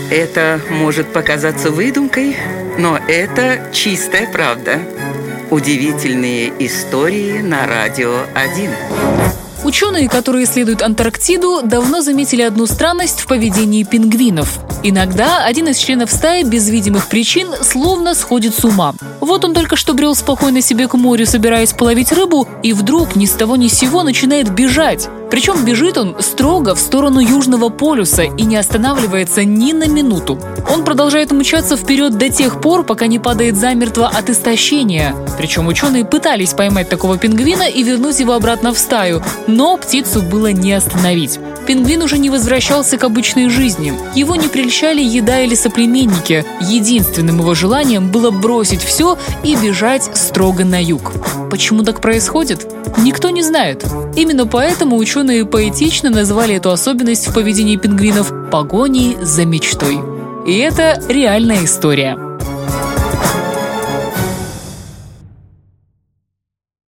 Это может показаться выдумкой, но это чистая правда. Удивительные истории на Радио 1. Ученые, которые исследуют Антарктиду, давно заметили одну странность в поведении пингвинов. Иногда один из членов стаи без видимых причин словно сходит с ума. Вот он только что брел спокойно себе к морю, собираясь половить рыбу, и вдруг ни с того ни с сего начинает бежать. Причем бежит он строго в сторону Южного полюса и не останавливается ни на минуту. Он продолжает мчаться вперед до тех пор, пока не падает замертво от истощения. Причем ученые пытались поймать такого пингвина и вернуть его обратно в стаю, но птицу было не остановить. Пингвин уже не возвращался к обычной жизни. Его не прельщали еда или соплеменники. Единственным его желанием было бросить все и бежать строго на юг. Почему так происходит? Никто не знает. Именно поэтому ученые поэтично назвали эту особенность в поведении пингвинов «погоней за мечтой». И это реальная история.